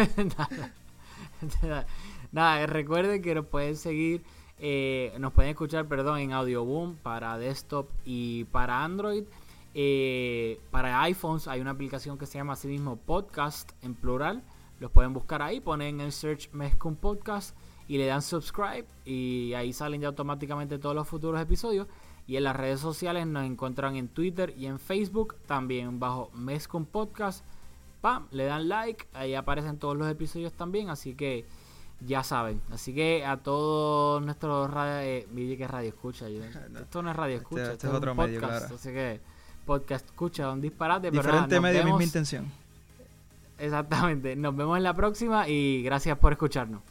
Nada, recuerden que nos pueden seguir, nos pueden escuchar, en Audioboom para desktop y para Android. Para iPhones hay una aplicación que se llama así mismo Podcast en plural. Los pueden buscar ahí, ponen en el search Mezcum Podcast y le dan subscribe y ahí salen ya automáticamente todos los futuros episodios. Y en las redes sociales nos encuentran en Twitter y en Facebook también bajo Mezcum Podcast. ¡Pam! Le dan like, ahí aparecen todos los episodios también, así que ya saben. Así que a todos nuestros radio escucha. Esto no es radio escucha, este es otro podcast, medio, claro. Así que podcast escucha, un disparate. Diferente pero medio, misma intención. Exactamente. Nos vemos en la próxima y gracias por escucharnos.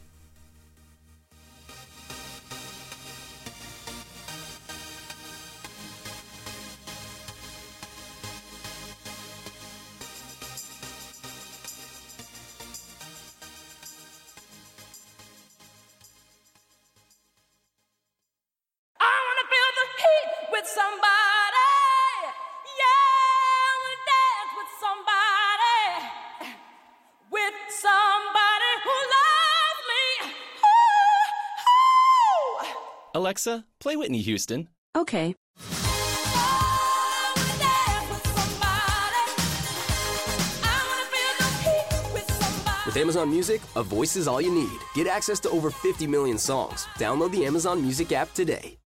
Alexa, play Whitney Houston. Okay. With Amazon Music, a voice is all you need. Get access to over 50 million songs. Download the Amazon Music app today.